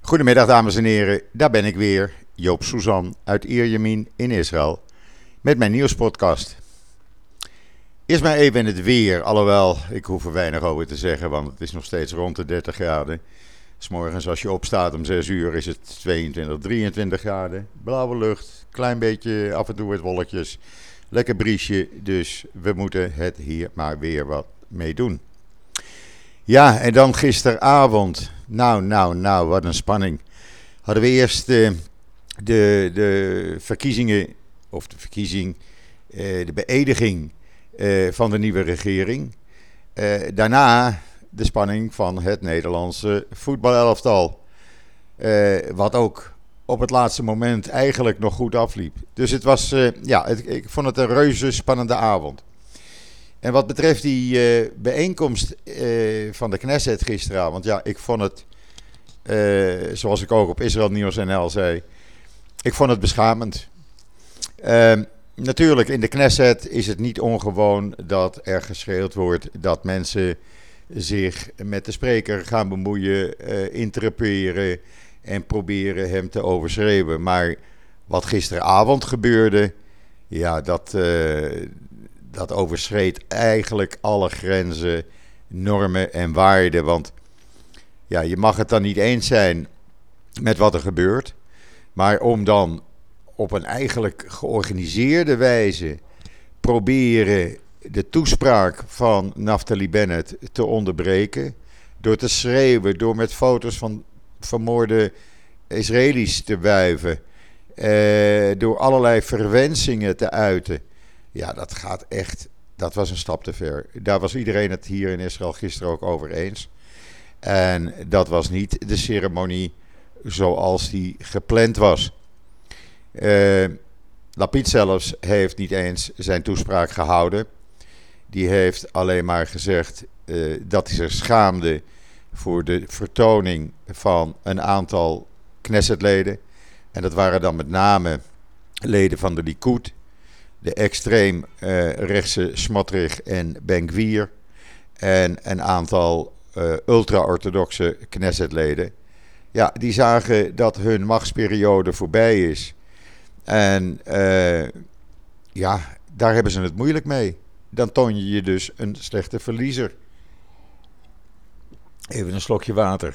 Goedemiddag dames en heren, daar ben ik weer, Joop Suzan uit Ierjemien in Israël, met mijn nieuwspodcast. Eerst maar even in het weer, alhoewel ik hoef er weinig over te zeggen, want het is nog steeds rond de 30 graden. 'S Morgens als je opstaat om 6 uur is het 22, 23 graden, blauwe lucht, klein beetje af en toe wat wolkjes, lekker briesje, dus we moeten het hier maar weer wat mee doen. Ja, en dan gisteravond. Nou, wat een spanning. Hadden we eerst de verkiezingen, of de verkiezing, de beëdiging van de nieuwe regering. Daarna de spanning van het Nederlandse voetbalelftal. Wat ook op het laatste moment eigenlijk nog goed afliep. Dus het was, ik vond het een reuze spannende avond. En wat betreft die bijeenkomst van de Knesset gisteravond, ja, ik vond het, zoals ik ook op Israël Nieuws NL zei, ik vond het beschamend. Natuurlijk, in de Knesset is het niet ongewoon dat er geschreeuwd wordt dat mensen zich met de spreker gaan bemoeien, interruperen en proberen hem te overschreeuwen. Maar wat gisteravond gebeurde, ja, dat overschreed eigenlijk alle grenzen, normen en waarden. Want ja, je mag het dan niet eens zijn met wat er gebeurt. Maar om dan op een eigenlijk georganiseerde wijze proberen de toespraak van Naftali Bennett te onderbreken. Door te schreeuwen, door met foto's van vermoorde Israëli's te wuiven. Door allerlei verwensingen te uiten. Ja, dat was een stap te ver. Daar was iedereen het hier in Israël gisteren ook over eens. En dat was niet de ceremonie zoals die gepland was. Lapid zelfs heeft niet eens zijn toespraak gehouden. Die heeft alleen maar gezegd dat hij zich schaamde voor de vertoning van een aantal Knessetleden. En dat waren dan met name leden van de Likud, de extreem rechtse Smotrich en Ben-Gvir en een aantal ultra-orthodoxe Knessetleden. Ja, die zagen dat hun machtsperiode voorbij is. En daar hebben ze het moeilijk mee. Dan toon je je dus een slechte verliezer. Even een slokje water.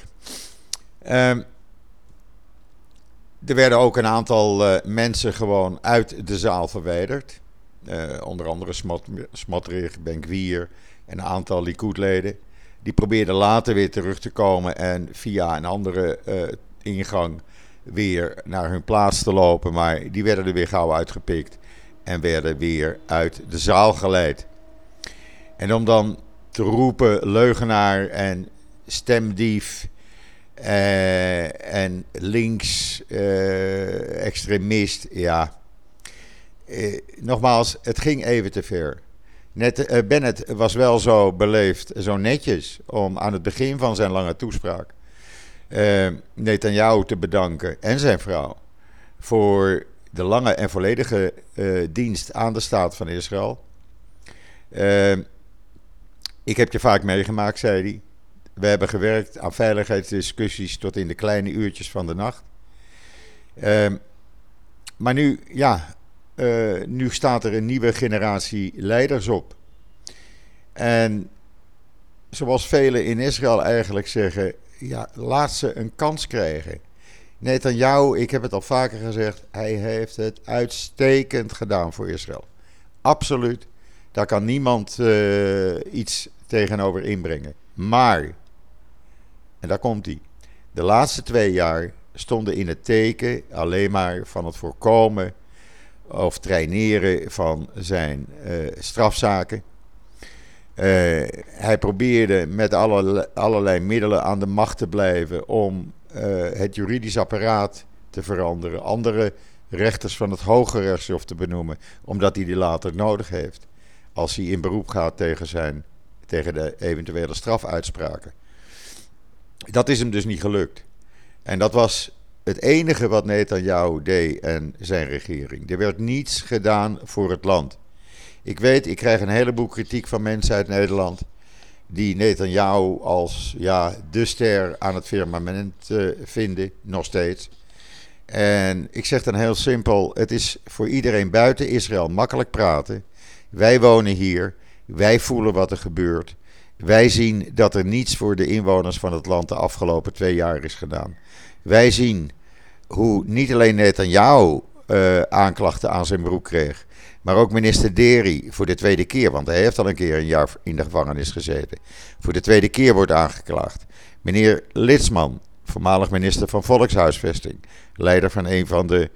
Er werden ook een aantal mensen gewoon uit de zaal verwijderd. Onder andere Smotrich, Ben-Gvir en een aantal Likud-leden. Die probeerden later weer terug te komen en via een andere ingang weer naar hun plaats te lopen. Maar die werden er weer gauw uitgepikt en werden weer uit de zaal geleid. En om dan te roepen leugenaar en stemdief en links extremist, ja. Nogmaals, het ging even te ver. Bennett was wel zo beleefd, zo netjes, om aan het begin van zijn lange toespraak Netanyahu te bedanken en zijn vrouw voor de lange en volledige dienst aan de staat van Israël. Ik heb je vaak meegemaakt, zei hij. We hebben gewerkt aan veiligheidsdiscussies tot in de kleine uurtjes van de nacht. Maar nu, nu staat er een nieuwe generatie leiders op. En zoals velen in Israël eigenlijk zeggen, ja, laat ze een kans krijgen. Netanyahu, ik heb het al vaker gezegd, hij heeft het uitstekend gedaan voor Israël. Absoluut, daar kan niemand iets tegenover inbrengen. Maar, en daar komt hij, de laatste 2 jaar stonden in het teken alleen maar van het voorkomen of traineren van zijn strafzaken. Hij probeerde met allerlei middelen aan de macht te blijven om het juridisch apparaat te veranderen. Andere rechters van het Hoge Rechtshof te benoemen, omdat hij die later nodig heeft. Als hij in beroep gaat tegen de eventuele strafuitspraken. Dat is hem dus niet gelukt. En dat was het enige wat Netanyahu deed en zijn regering. Er werd niets gedaan voor het land. Ik weet, ik krijg een heleboel kritiek van mensen uit Nederland die Netanyahu als de ster aan het firmament vinden, nog steeds. En ik zeg dan heel simpel, het is voor iedereen buiten Israël makkelijk praten. Wij wonen hier, wij voelen wat er gebeurt. Wij zien dat er niets voor de inwoners van het land de afgelopen 2 jaar is gedaan. Wij zien hoe niet alleen Netanyahu aanklachten aan zijn broek kreeg, maar ook minister Deri voor de tweede keer, want hij heeft al een keer een jaar in de gevangenis gezeten. Voor de tweede keer wordt aangeklaagd. Meneer Litzman, voormalig minister van Volkshuisvesting, leider van een van de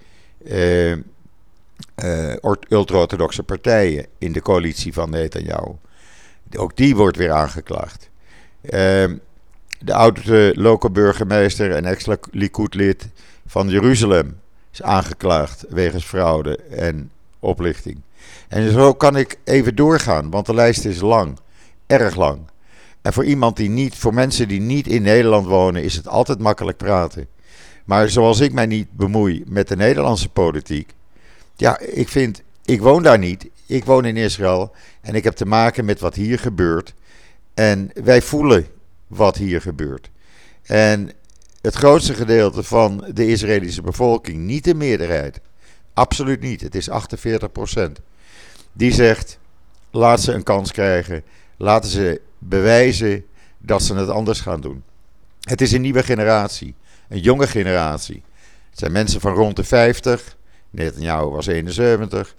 ultra-orthodoxe partijen in de coalitie van Netanyahu. Ook die wordt weer aangeklaagd. De oude lokale burgemeester en ex-Likud-lid van Jeruzalem is aangeklaagd wegens fraude en oplichting. En zo kan ik even doorgaan, want de lijst is lang, erg lang. En voor mensen die niet in Nederland wonen, is het altijd makkelijk praten. Maar zoals ik mij niet bemoei met de Nederlandse politiek, ik woon daar niet. Ik woon in Israël en ik heb te maken met wat hier gebeurt. En wij voelen wat hier gebeurt. En het grootste gedeelte van de Israëlische bevolking, niet de meerderheid, absoluut niet, het is 48%, die zegt, laat ze een kans krijgen, laten ze bewijzen dat ze het anders gaan doen. Het is een nieuwe generatie, een jonge generatie. Het zijn mensen van rond de 50, Netanyahu was 71,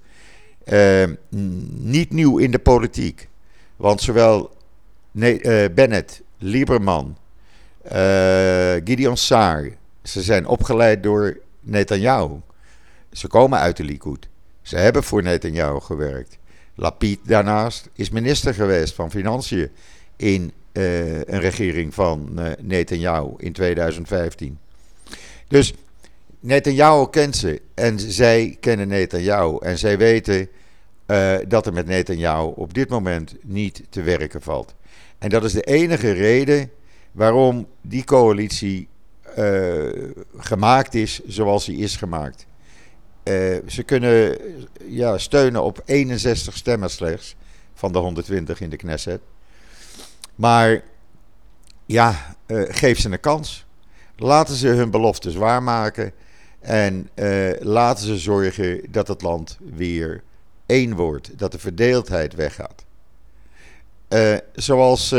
niet nieuw in de politiek. Want zowel Bennett, Lieberman, Gideon Saar, ze zijn opgeleid door Netanyahu. Ze komen uit de Likud. Ze hebben voor Netanyahu gewerkt. Lapid daarnaast is minister geweest van Financiën in een regering van Netanyahu in 2015. Dus Netanyahu kent ze en zij kennen Netanyahu. En zij weten dat er met Netanyahu op dit moment niet te werken valt. En dat is de enige reden waarom die coalitie gemaakt is zoals die is gemaakt. Ze kunnen steunen op 61 stemmen slechts van de 120 in de Knesset. Maar geef ze een kans. Laten ze hun beloftes waarmaken. En laten ze zorgen dat het land weer één wordt. Dat de verdeeldheid weggaat. Zoals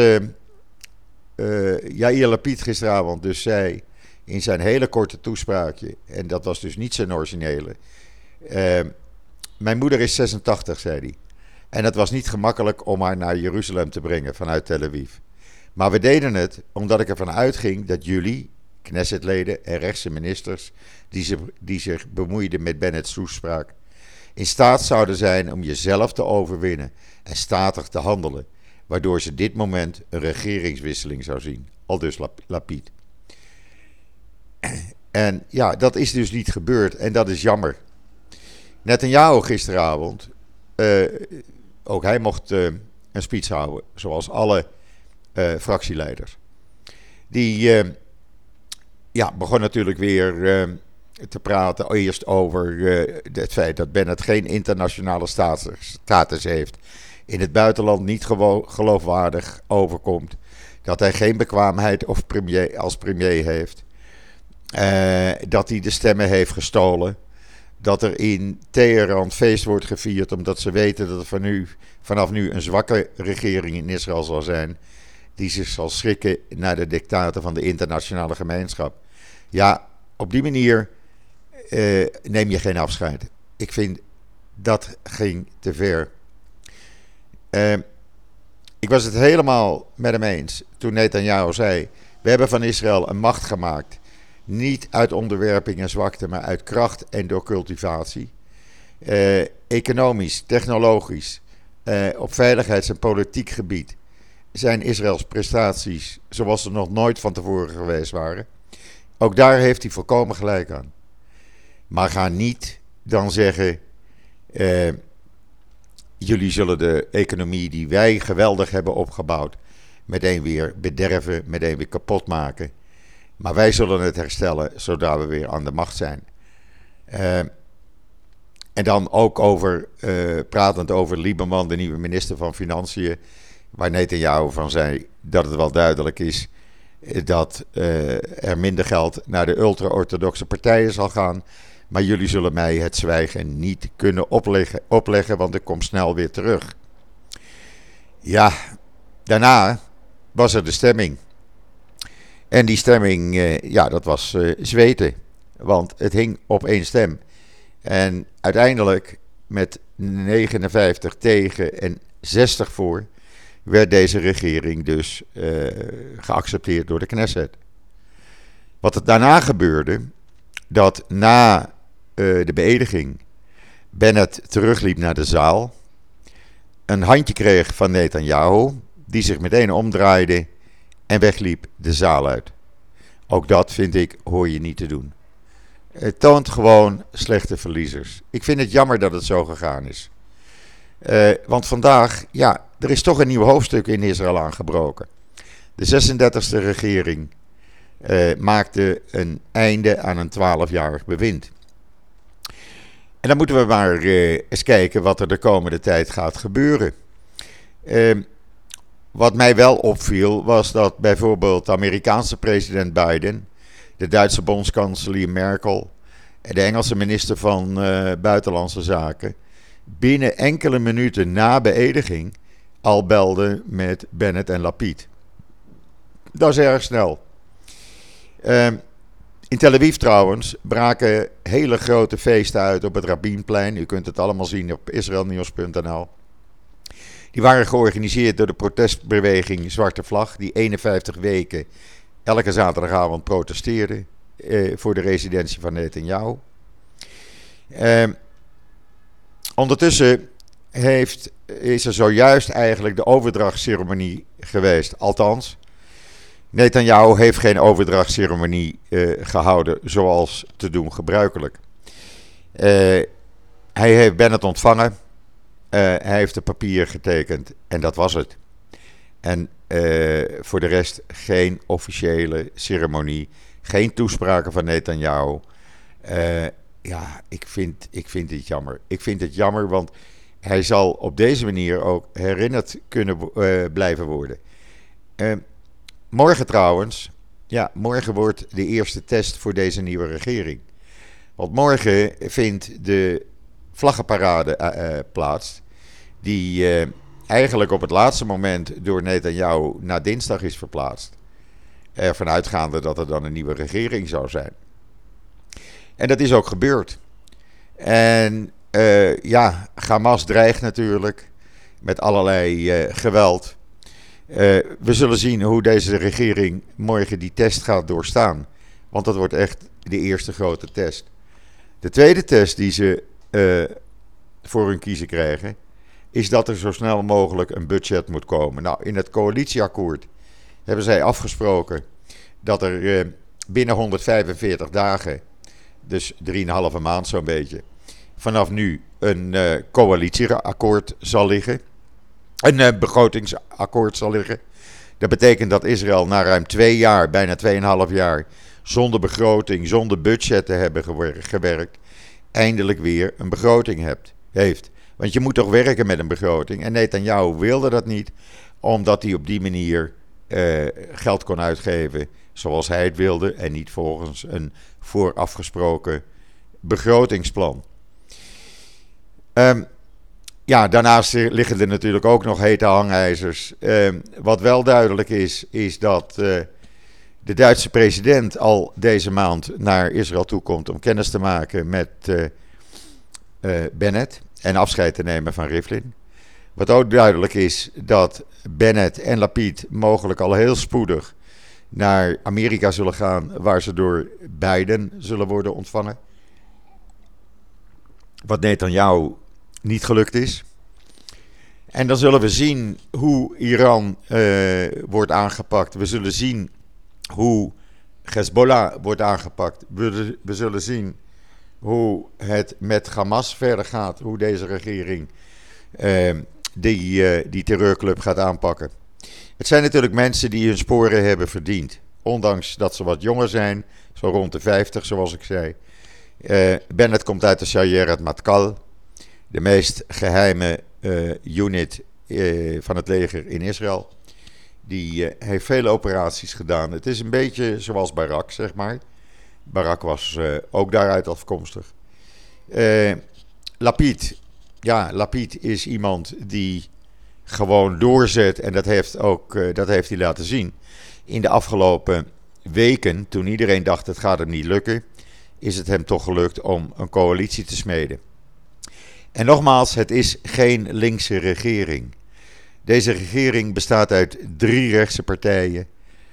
Yair Lapid gisteravond dus zei in zijn hele korte toespraakje. En dat was dus niet zijn originele. Mijn moeder is 86, zei hij. En het was niet gemakkelijk om haar naar Jeruzalem te brengen vanuit Tel Aviv. Maar we deden het omdat ik ervan uitging dat jullie, Knessetleden en rechtse ministers, die zich bemoeiden met Bennett's toespraak, in staat zouden zijn om jezelf te overwinnen en statig te handelen, waardoor ze dit moment een regeringswisseling zou zien. Aldus Lapid. En dat is dus niet gebeurd en dat is jammer. Netanyahu gisteravond, ook hij mocht een speech houden, zoals alle fractieleiders. Die begon natuurlijk weer te praten eerst over het feit dat Bennett geen internationale status heeft. In het buitenland niet geloofwaardig overkomt. Dat hij geen bekwaamheid als premier heeft. Dat hij de stemmen heeft gestolen. Dat er in Teheran feest wordt gevierd omdat ze weten dat er vanaf nu een zwakke regering in Israël zal zijn. Die zich zal schrikken naar de dictaten van de internationale gemeenschap. Ja, op die manier neem je geen afscheid. Ik vind dat ging te ver. Ik was het helemaal met hem eens toen Netanyahu zei: we hebben van Israël een macht gemaakt. Niet uit onderwerping en zwakte, maar uit kracht en door cultivatie. Economisch, technologisch, op veiligheids- en politiek gebied zijn Israëls prestaties zoals ze nog nooit van tevoren geweest waren. Ook daar heeft hij volkomen gelijk aan. Maar ga niet dan zeggen: jullie zullen de economie die wij geweldig hebben opgebouwd meteen weer bederven, meteen weer kapot maken. Maar wij zullen het herstellen zodra we weer aan de macht zijn. En dan ook pratend over Lieberman, de nieuwe minister van Financiën. waar Netanyahu van zei dat het wel duidelijk is dat er minder geld naar de ultra-orthodoxe partijen zal gaan. Maar jullie zullen mij het zwijgen niet kunnen opleggen, want ik kom snel weer terug. Ja, daarna was er de stemming. En die stemming, dat was zweten. Want het hing op één stem. En uiteindelijk met 59 tegen en 60 voor werd deze regering dus geaccepteerd door de Knesset. Wat er daarna gebeurde, dat na de beëdiging Bennett terugliep naar de zaal, een handje kreeg van Netanyahu, die zich meteen omdraaide en wegliep de zaal uit. Ook dat, vind ik, hoor je niet te doen. Het toont gewoon slechte verliezers. Ik vind het jammer dat het zo gegaan is. Want vandaag, er is toch een nieuw hoofdstuk in Israël aangebroken. De 36e regering maakte een einde aan een 12-jarig bewind. En dan moeten we maar eens kijken wat er de komende tijd gaat gebeuren. Wat mij wel opviel was dat bijvoorbeeld de Amerikaanse president Biden, de Duitse bondskanselier Merkel en de Engelse minister van Buitenlandse Zaken binnen enkele minuten na beëdiging al belden met Bennett en Lapid. Dat is erg snel. In Tel Aviv trouwens braken hele grote feesten uit op het Rabinplein. U kunt het allemaal zien op israelnieuws.nl. Die waren georganiseerd door de protestbeweging Zwarte Vlag, die 51 weken elke zaterdagavond protesteerde voor de residentie van Netanyahu. Ondertussen is er zojuist eigenlijk de overdrachtsceremonie geweest. Althans, Netanyahu heeft geen overdrachtsceremonie gehouden zoals te doen gebruikelijk. Hij heeft Bennett ontvangen. Hij heeft de papier getekend en dat was het. En voor de rest geen officiële ceremonie. Geen toespraken van Netanyahu. Ik vind het jammer. Ik vind het jammer, want hij zal op deze manier ook herinnerd kunnen blijven worden. Morgen trouwens, morgen wordt de eerste test voor deze nieuwe regering. Want morgen vindt de vlaggenparade plaats, die eigenlijk op het laatste moment door Netanyahu naar dinsdag is verplaatst. Ervan uitgaande dat er dan een nieuwe regering zou zijn. En dat is ook gebeurd. En Hamas dreigt natuurlijk met allerlei geweld. We zullen zien hoe deze regering morgen die test gaat doorstaan. Want dat wordt echt de eerste grote test. De tweede test die ze voor hun kiezen krijgen, is dat er zo snel mogelijk een budget moet komen. Nou, in het coalitieakkoord hebben zij afgesproken dat er binnen 145 dagen, dus 3,5 maand zo'n beetje, vanaf nu een coalitieakkoord zal liggen. Een begrotingsakkoord zal liggen. Dat betekent dat Israël na ruim 2 jaar, bijna 2,5 jaar, zonder begroting, zonder budget te hebben gewerkt, eindelijk weer een begroting heeft. Want je moet toch werken met een begroting. En Netanyahu wilde dat niet, omdat hij op die manier geld kon uitgeven zoals hij het wilde en niet volgens een voorafgesproken begrotingsplan. Daarnaast liggen er natuurlijk ook nog hete hangijzers. Wat wel duidelijk is dat de Duitse president al deze maand naar Israël toe komt om kennis te maken met Bennett en afscheid te nemen van Rivlin. Wat ook duidelijk is dat Bennett en Lapid mogelijk al heel spoedig naar Amerika zullen gaan, waar ze door Biden zullen worden ontvangen. Wat Netanyahu niet gelukt is. En dan zullen we zien hoe Iran wordt aangepakt. We zullen zien hoe Hezbollah wordt aangepakt. We zullen zien hoe het met Hamas verder gaat. Hoe deze regering die terreurclub gaat aanpakken. Het zijn natuurlijk mensen die hun sporen hebben verdiend. Ondanks dat ze wat jonger zijn. Zo rond de 50 zoals ik zei. Bennett komt uit de Shayeret Matkal. De meest geheime unit van het leger in Israël. Die heeft vele operaties gedaan. Het is een beetje zoals Barak, zeg maar. Barak was ook daaruit afkomstig. Lapid. Ja, Lapid is iemand die gewoon doorzet. En dat heeft hij laten zien. In de afgelopen weken, toen iedereen dacht het gaat hem niet lukken, is het hem toch gelukt om een coalitie te smeden. En nogmaals, het is geen linkse regering. Deze regering bestaat uit 3 rechtse partijen,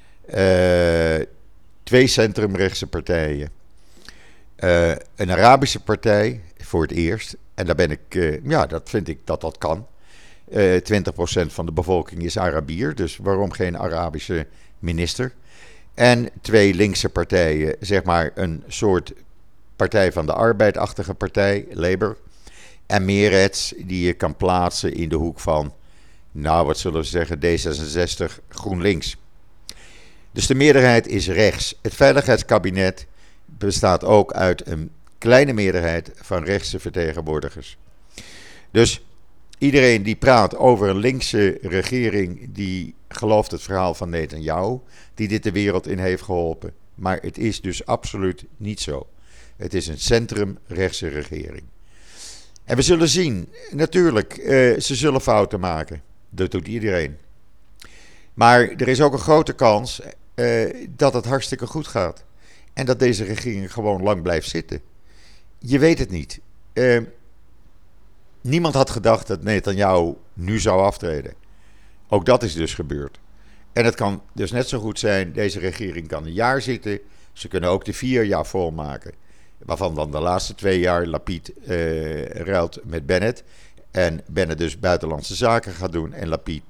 2 centrumrechtse partijen, een Arabische partij voor het eerst. En daar ben ik, dat vind ik dat kan. 20% van de bevolking is Arabier, dus waarom geen Arabische minister? En 2 linkse partijen, zeg maar een soort Partij van de Arbeid-achtige partij, Labour. En Meretz, die je kan plaatsen in de hoek van, nou wat zullen we zeggen, D66, GroenLinks. Dus de meerderheid is rechts. Het Veiligheidskabinet bestaat ook uit een kleine meerderheid van rechtse vertegenwoordigers. Dus iedereen die praat over een linkse regering, die gelooft het verhaal van Netanyahu, die dit de wereld in heeft geholpen. Maar het is dus absoluut niet zo. Het is een centrumrechtse regering. En we zullen zien, natuurlijk, ze zullen fouten maken. Dat doet iedereen. Maar er is ook een grote kans dat het hartstikke goed gaat. En dat deze regering gewoon lang blijft zitten. Je weet het niet. Niemand had gedacht dat Netanyahu nu zou aftreden. Ook dat is dus gebeurd. En het kan dus net zo goed zijn, deze regering kan een jaar zitten. Ze kunnen ook de 4 jaar volmaken. Waarvan dan de laatste 2 jaar Lapid ruilt met Bennett. En Bennett dus buitenlandse zaken gaat doen en Lapid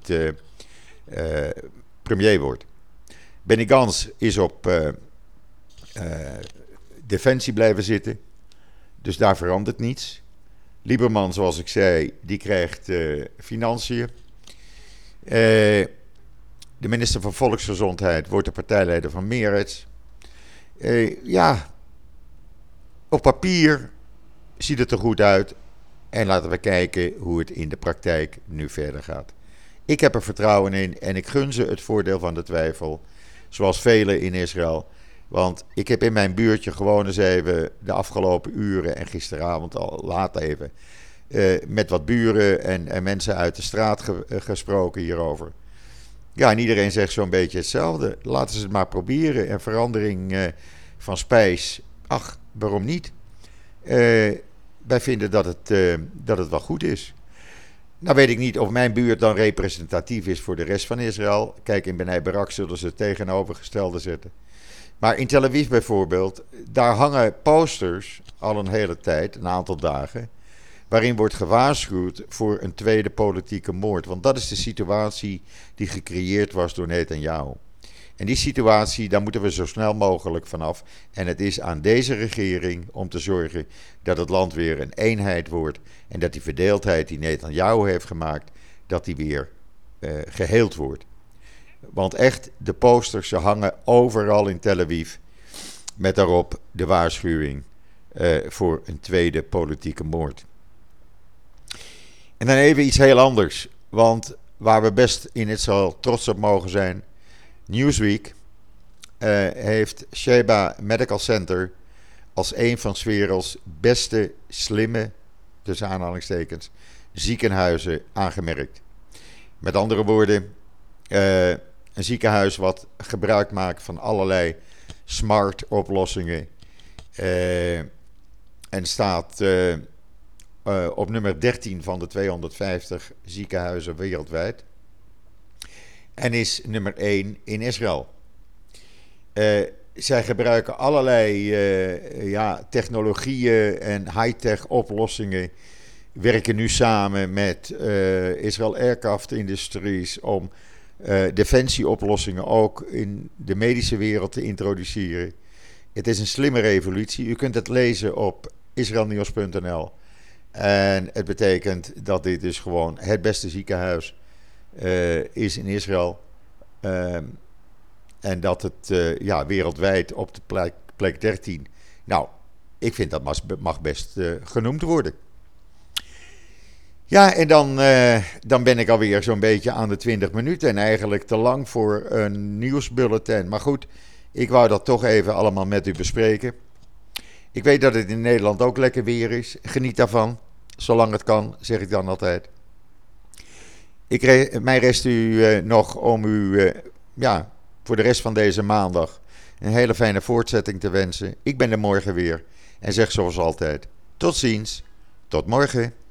premier wordt. Benny Gantz is op defensie blijven zitten. Dus daar verandert niets. Lieberman, zoals ik zei, die krijgt financiën. De minister van Volksgezondheid wordt de partijleider van Meretz. Op papier ziet het er goed uit. En laten we kijken hoe het in de praktijk nu verder gaat. Ik heb er vertrouwen in en ik gun ze het voordeel van de twijfel. Zoals velen in Israël. Want ik heb in mijn buurtje gewoon eens even de afgelopen uren en gisteravond al laat even met wat buren en mensen uit de straat gesproken hierover. Ja, en iedereen zegt zo'n beetje hetzelfde. Laten ze het maar proberen. En verandering van spijs, ach, waarom niet? Wij vinden dat het wel goed is. Nou weet ik niet of mijn buurt dan representatief is voor de rest van Israël. Kijk, in Bnei Barak zullen ze het tegenovergestelde zetten. Maar in Tel Aviv bijvoorbeeld, daar hangen posters al een hele tijd, een aantal dagen, waarin wordt gewaarschuwd voor een tweede politieke moord. Want dat is de situatie die gecreëerd was door Netanyahu. En die situatie, daar moeten we zo snel mogelijk vanaf. En het is aan deze regering om te zorgen dat het land weer een eenheid wordt. En dat die verdeeldheid die Netanyahu heeft gemaakt, dat die weer geheeld wordt. Want echt, de posters, ze hangen overal in Tel Aviv. Met daarop de waarschuwing voor een tweede politieke moord. En dan even iets heel anders. Want waar we best in Israël trots op mogen zijn. Newsweek heeft Sheba Medical Center als een van 's werelds beste, slimme, tussen aanhalingstekens, ziekenhuizen aangemerkt. Met andere woorden, een ziekenhuis wat gebruik maakt van allerlei smart oplossingen en staat op nummer 13 van de 250 ziekenhuizen wereldwijd. En is nummer 1 in Israël. Zij gebruiken allerlei technologieën en high-tech oplossingen. Werken nu samen met Israel Aircraft Industries om defensieoplossingen ook in de medische wereld te introduceren. Het is een slimme revolutie. U kunt het lezen op israelnieuws.nl. En het betekent dat dit dus gewoon het beste ziekenhuis is in Israël. En dat het wereldwijd op de plek 13. Nou, ik vind dat mag best genoemd worden. Ja, en dan ben ik alweer zo'n beetje aan de 20 minuten. En eigenlijk te lang voor een nieuwsbulletin. Maar goed, ik wou dat toch even allemaal met u bespreken. Ik weet dat het in Nederland ook lekker weer is. Geniet daarvan. Zolang het kan, zeg ik dan altijd. Mij rest u nog om u ja, voor de rest van deze maandag een hele fijne voortzetting te wensen. Ik ben er morgen weer en zeg zoals altijd: tot ziens, tot morgen.